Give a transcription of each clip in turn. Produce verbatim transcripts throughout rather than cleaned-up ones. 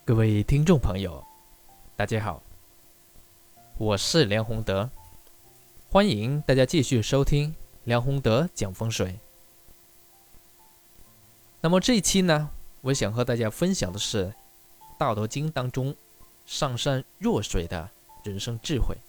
各位听众朋友，大家好，我是梁宏德，欢迎大家继续收听梁宏德讲风水。那么这一期呢，我想和大家分享的是《道德经》当中上善若水的人生智慧。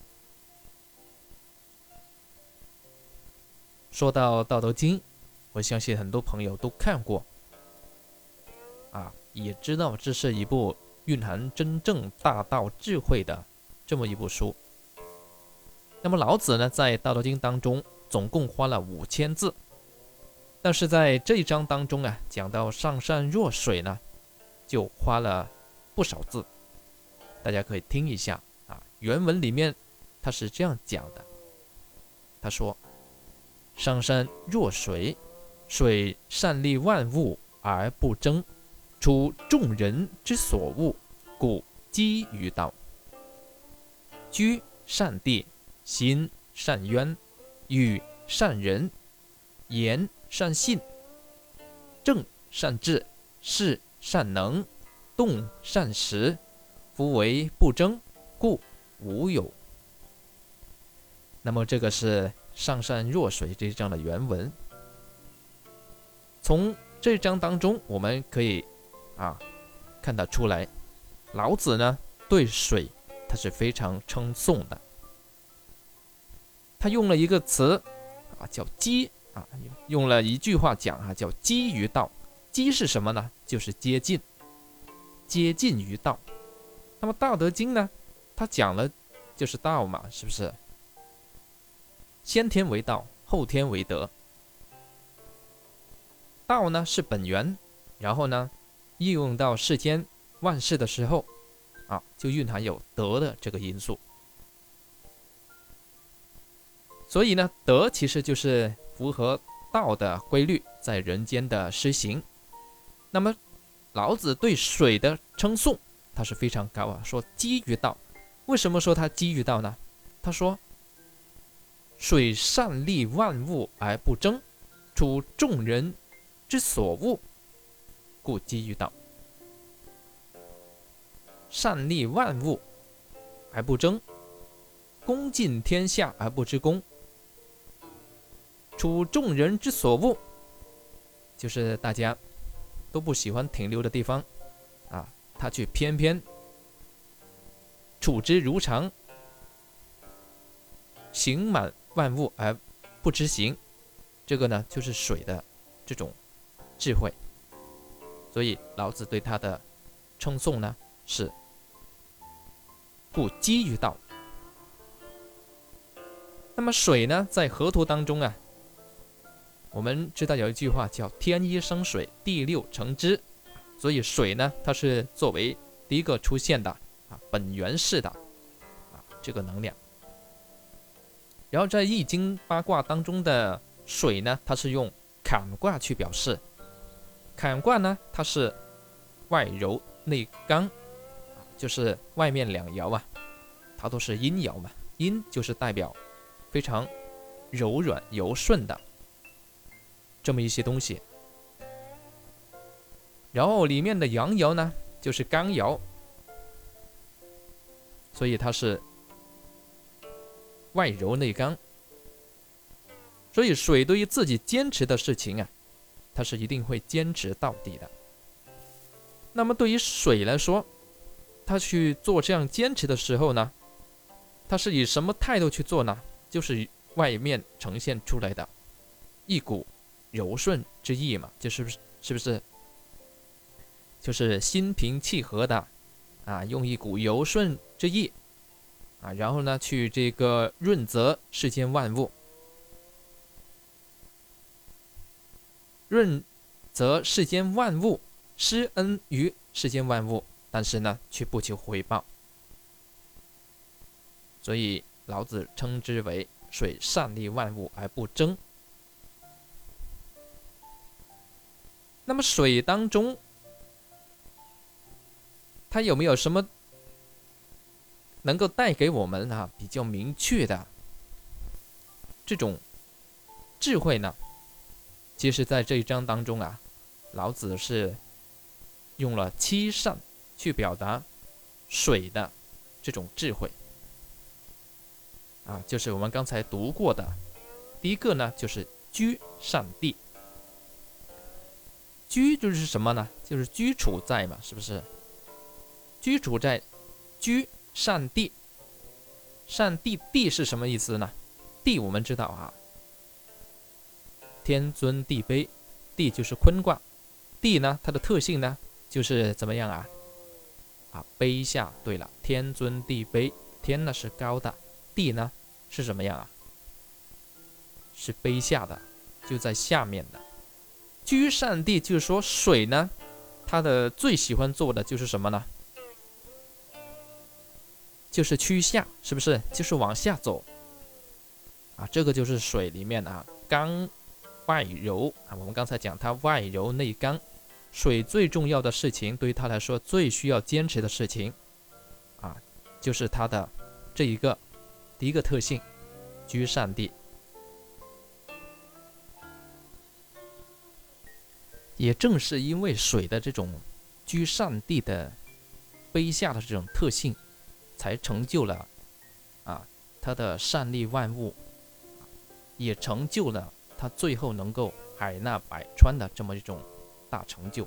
说到《道德经》，我相信很多朋友都看过啊，也知道这是一部蕴含真正大道智慧的这么一部书。那么老子呢，在《道德经》当中总共花了五千字，但是在这一章当中啊，讲到上善若水呢，就花了不少字，大家可以听一下啊。原文里面他是这样讲的，他说：上善若水，水善利万物而不争，处众人之所恶，故几于道。居善地，心善渊，语善人，言善信，正善治，事善能，动善时，夫为不争，故无有。那么这个是上善若水这一章的原文。从这一章当中我们可以啊看得出来，老子呢对水他是非常称颂的。他用了一个词啊叫几啊，用了一句话讲啊叫几于道。几是什么呢？就是接近，接近于道。那么《道德经》呢，他讲了就是道嘛，是不是？先天为道，后天为德。道呢是本源，然后呢应用到世间万事的时候啊，就蕴含有德的这个因素。所以呢，德其实就是符合道的规律在人间的施行。那么老子对水的称颂他是非常高啊，说几于道。为什么说他几于道呢？他说水善利万物而不争，处众人之所恶，故几于道。善利万物而不争，公尽天下而不知公，处众人之所恶，就是大家都不喜欢停留的地方啊，他却偏偏处之如常，行满万物而不知行。这个呢就是水的这种智慧。所以老子对他的称颂呢是故几于道。那么水呢在河图当中啊，我们知道有一句话叫天一生水，地六成之。所以水呢它是作为第一个出现的啊本源式的啊这个能量。然后在易经八卦当中的水呢，它是用坎卦去表示。坎卦呢它是外柔内刚，就是外面两爻啊它都是阴爻嘛，阴就是代表非常柔软柔顺的这么一些东西。然后里面的阳爻呢就是刚爻，所以它是外柔内刚。所以水对于自己坚持的事情啊，它是一定会坚持到底的。那么对于水来说，它去做这样坚持的时候呢，它是以什么态度去做呢？就是外面呈现出来的一股柔顺之意嘛，就是是不是就是心平气和的啊，用一股柔顺之意啊，然后呢去这个润泽世间万物，润泽世间万物，施恩于世间万物，但是呢却不求回报。所以老子称之为水善利万物而不争。那么水当中它有没有什么能够带给我们啊比较明确的这种智慧呢？其实在这一章当中啊，老子是用了七善去表达水的这种智慧啊，就是我们刚才读过的。第一个呢，就是居善地。居就是什么呢？就是居处在嘛，是不是？居处在，居善地。善地，地是什么意思呢？地我们知道啊，天尊地卑，地就是坤卦。地呢，它的特性呢，就是怎么样啊？啊，卑下。对了，天尊地卑，天呢是高的，地呢是什么样啊？是卑下的，就在下面的。居善地就是说水呢，它的最喜欢做的就是什么呢？就是趋下，是不是？就是往下走啊。这个就是水里面啊，刚外柔啊。我们刚才讲它外柔内刚，水最重要的事情，对于它来说最需要坚持的事情啊，就是它的这一个第一个特性，居善地。也正是因为水的这种居善地的卑下的这种特性，才成就了啊它的善利万物，也成就了它最后能够海纳百川的这么一种大成就，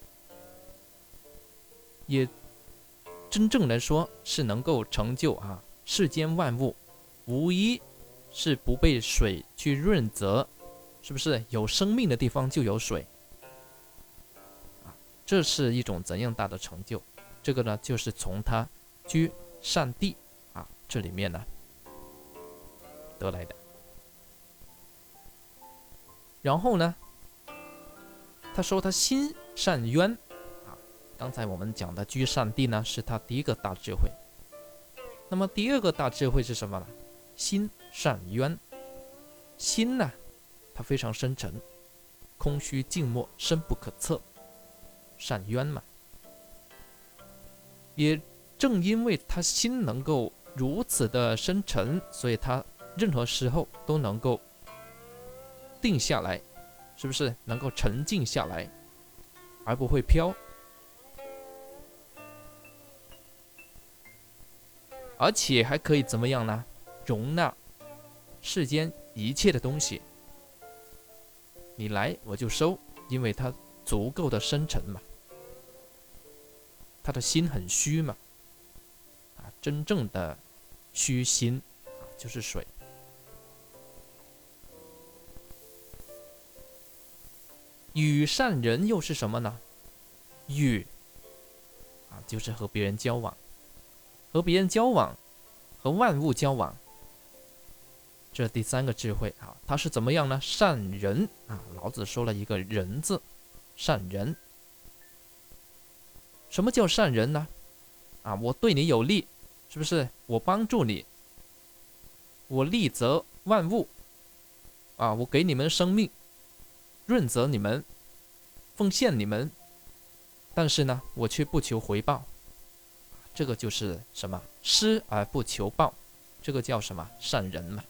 也真正来说是能够成就啊世间万物，无一是不被水去润泽，是不是？有生命的地方就有水。这是一种怎样大的成就？这个呢，就是从他居善地啊这里面呢得来的。然后呢，他说他心善渊啊，刚才我们讲的居善地呢，是他第一个大智慧。那么第二个大智慧是什么呢？心善渊。心呢，它非常深沉，空虚静默，深不可测。善渊嘛，也正因为他心能够如此的深沉，所以他任何时候都能够定下来，是不是？能够沉静下来，而不会飘。而且还可以怎么样呢？容纳世间一切的东西，你来我就收，因为它足够的深沉嘛。他的心很虚嘛，啊，真正的虚心啊，就是水。与善人又是什么呢？与啊，就是和别人交往，和别人交往，和万物交往。这第三个智慧啊，他是怎么样呢？善人啊，老子说了一个人字，善人。什么叫善人呢？啊，我对你有利，是不是？我帮助你，我利泽万物，啊，我给你们生命，润泽你们，奉献你们，但是呢，我却不求回报。这个就是什么？施而不求报，这个叫什么？善人嘛。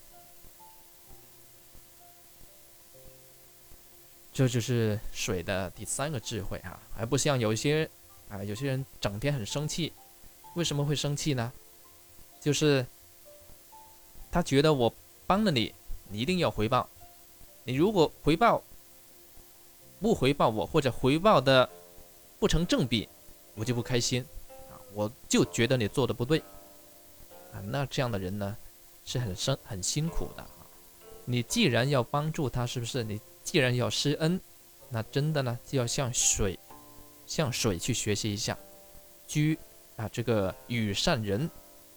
这就是水的第三个智慧啊，而不像有一些。啊，有些人整天很生气，为什么会生气呢？就是他觉得我帮了你，你一定要回报。你如果回报不回报我，或者回报的不成正比，我就不开心啊，我就觉得你做的不对啊。那这样的人呢，是很生很辛苦的啊。你既然要帮助他，是不是？你既然要施恩，那真的呢，就要像水。向水去学习一下，居啊，这个与善人，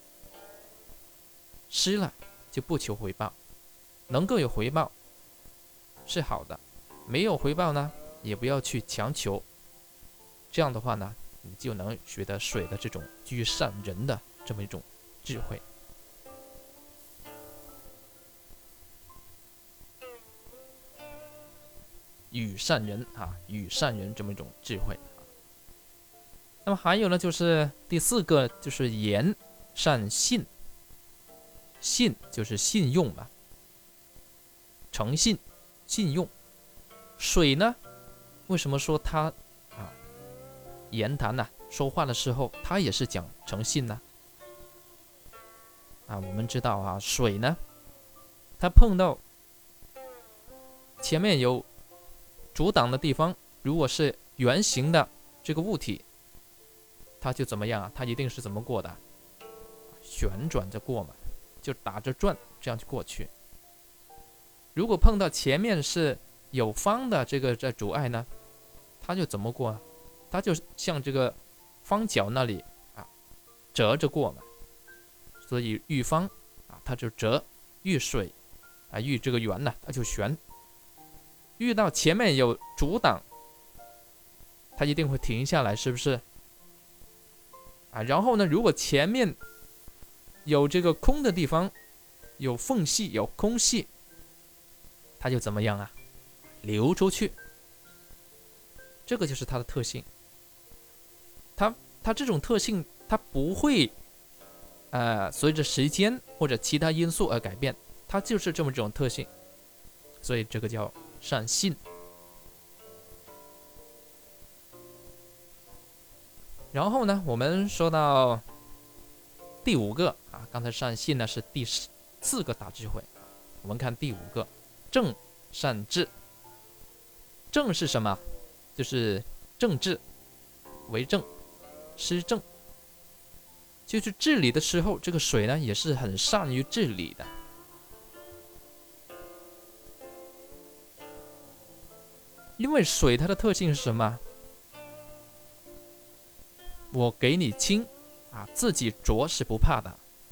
施了就不求回报，能够有回报是好的，没有回报呢，也不要去强求。这样的话呢，你就能学得水的这种居善人的这么一种智慧。与善人啊，与善人这么一种智慧。那么还有呢，就是第四个，就是言善信。信就是信用嘛，诚信、信用。水呢，为什么说它啊言谈呢、啊、 说话的时候，他也是讲诚信呢。啊，我们知道啊，水呢，它碰到前面有阻挡的地方，如果是圆形的这个物体，它就怎么样啊？它一定是怎么过的？旋转着过嘛，就打着转这样就过去。如果碰到前面是有方的这个在阻碍呢，它就怎么过啊？它就像这个方角那里啊，折着过嘛。所以遇方啊，它就折；遇水啊，遇这个圆呢，它就旋。遇到前面有阻挡，它一定会停下来，是不是？啊，然后呢，如果前面有这个空的地方，有缝隙、有空隙，它就怎么样啊？流出去。这个就是它的特性。它它这种特性，它不会呃随着时间或者其他因素而改变，它就是这么这种特性。所以这个叫善信。然后呢，我们说到第五个啊，刚才善信呢是第四个大智慧，我们看第五个正善治。正是什么？就是政治、为政、施政。就是治理的时候，这个水呢也是很善于治理的。因为水它的特性是什么？我给你清啊，自己浊是不怕的。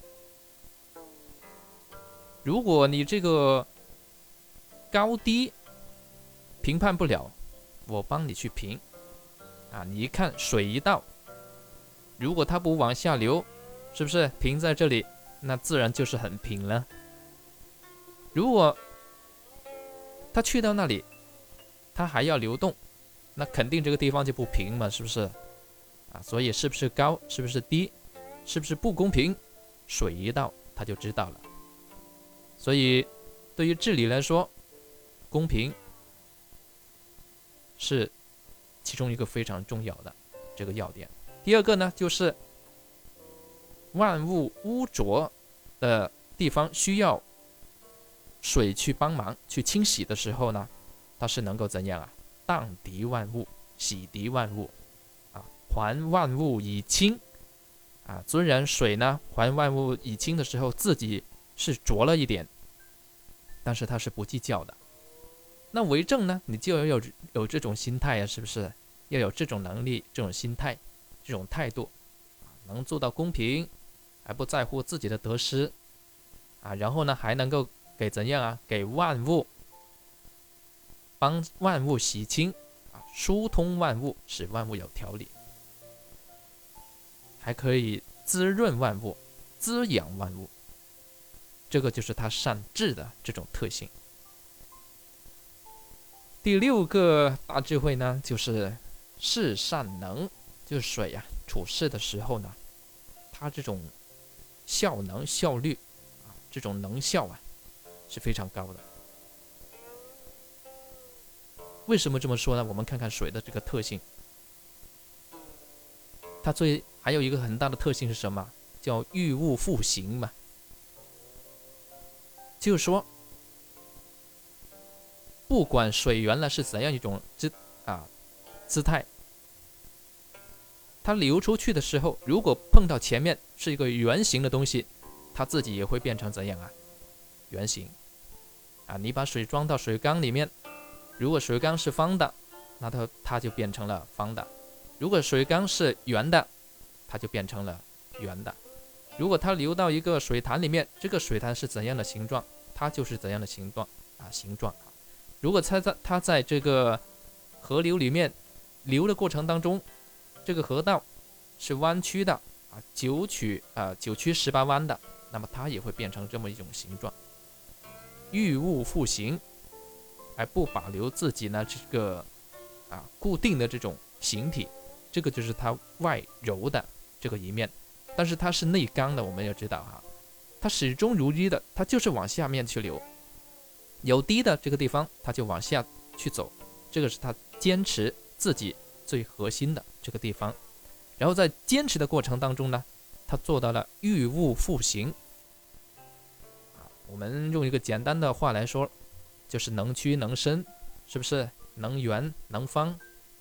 如果你这个高低评判不了，我帮你去评啊。你一看水一倒，如果它不往下流，是不是平在这里？那自然就是很平了。如果它去到那里，它还要流动，那肯定这个地方就不平嘛，是不是？啊，所以是不是高，是不是低，是不是不公平，水一倒它就知道了。所以对于治理来说，公平是其中一个非常重要的这个要点。第二个呢，就是万物污浊的地方需要水去帮忙去清洗的时候呢，它是能够怎样啊？荡涤万物，洗涤万物啊，还万物以清啊。虽然水呢还万物以清的时候自己是浊了一点，但是它是不计较的。那为政呢，你就要有有这种心态啊，是不是？要有这种能力、这种心态、这种态度，能做到公平，还不在乎自己的得失啊。然后呢，还能够给怎样啊？给万物，帮万物洗清啊，疏通万物，使万物有条理，还可以滋润万物，滋养万物。这个就是他善治的这种特性。第六个大智慧呢，就是事善能，就是水啊，处事的时候呢，它这种效能、效率啊，这种能效啊，是非常高的。为什么这么说呢？我们看看水的这个特性，它最还有一个很大的特性是什么？叫遇物复形嘛。就是说，不管水源呢是怎样一种姿啊姿态，它流出去的时候，如果碰到前面是一个圆形的东西，它自己也会变成怎样啊？圆形啊！你把水装到水缸里面，如果水缸是方的，那它它就变成了方的；如果水缸是圆的，它就变成了圆的。如果它流到一个水潭里面，这个水潭是怎样的形状，它就是怎样的形状啊形状。如果它在它在这个河流里面流的过程当中，这个河道是弯曲的啊，九曲啊九曲十八弯的，那么它也会变成这么一种形状。遇物复形，而不保留自己呢这个啊固定的这种形体，这个就是它外柔的这个一面。但是它是内刚的，我们要知道哈，它始终如一的，它就是往下面去流，有低的这个地方它就往下去走，这个是它坚持自己最核心的这个地方。 然后在坚持的过程当中呢，他做到了御物复形。我们用一个简单的话来说，就是能屈能伸，是不是？能圆能方，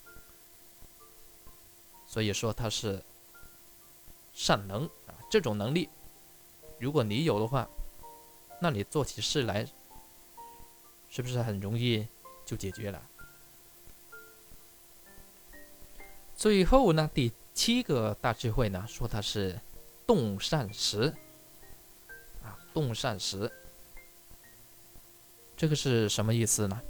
所以说他是善能啊。这种能力，如果你有的话，那你做起事来，是不是很容易就解决了？最后呢，第七个大智慧呢，说它是动善时啊，动善时，这个是什么意思呢？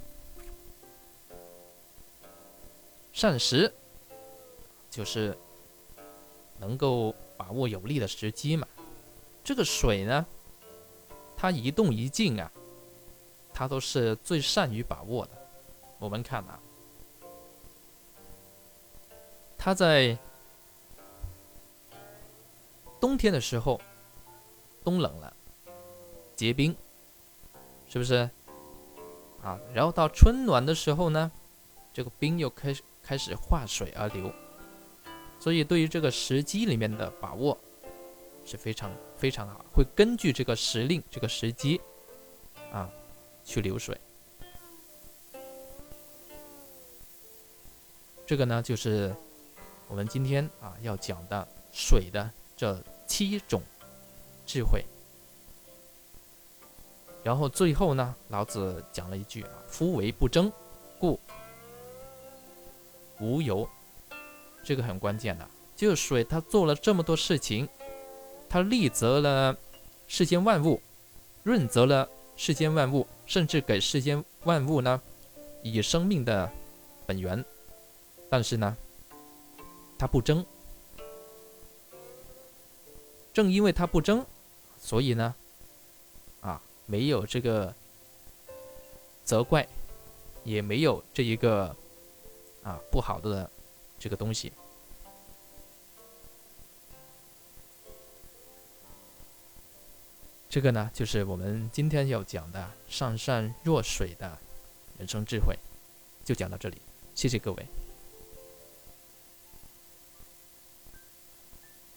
善时就是能够把握有利的时机嘛。这个水呢，它一动一静啊，它都是最善于把握的。我们看啊，它在冬天的时候，冬冷了，结冰，是不是啊？然后到春暖的时候呢，这个冰又开始开始化水而流，所以对于这个时机里面的把握是非常非常好，会根据这个时令、这个时机啊去流水。这个呢，就是我们今天啊要讲的水的这七种智慧。然后最后呢，老子讲了一句啊：“夫为不争，故无尤。”这个很关键的，就是水它做了这么多事情，它利泽了世间万物，润泽了世间万物，甚至给世间万物呢以生命的本源。但是呢，它不争，正因为它不争，所以呢，啊，没有这个责怪，也没有这一个啊不好的这个东西。这个呢，就是我们今天要讲的上善若水的人生智慧，就讲到这里，谢谢各位。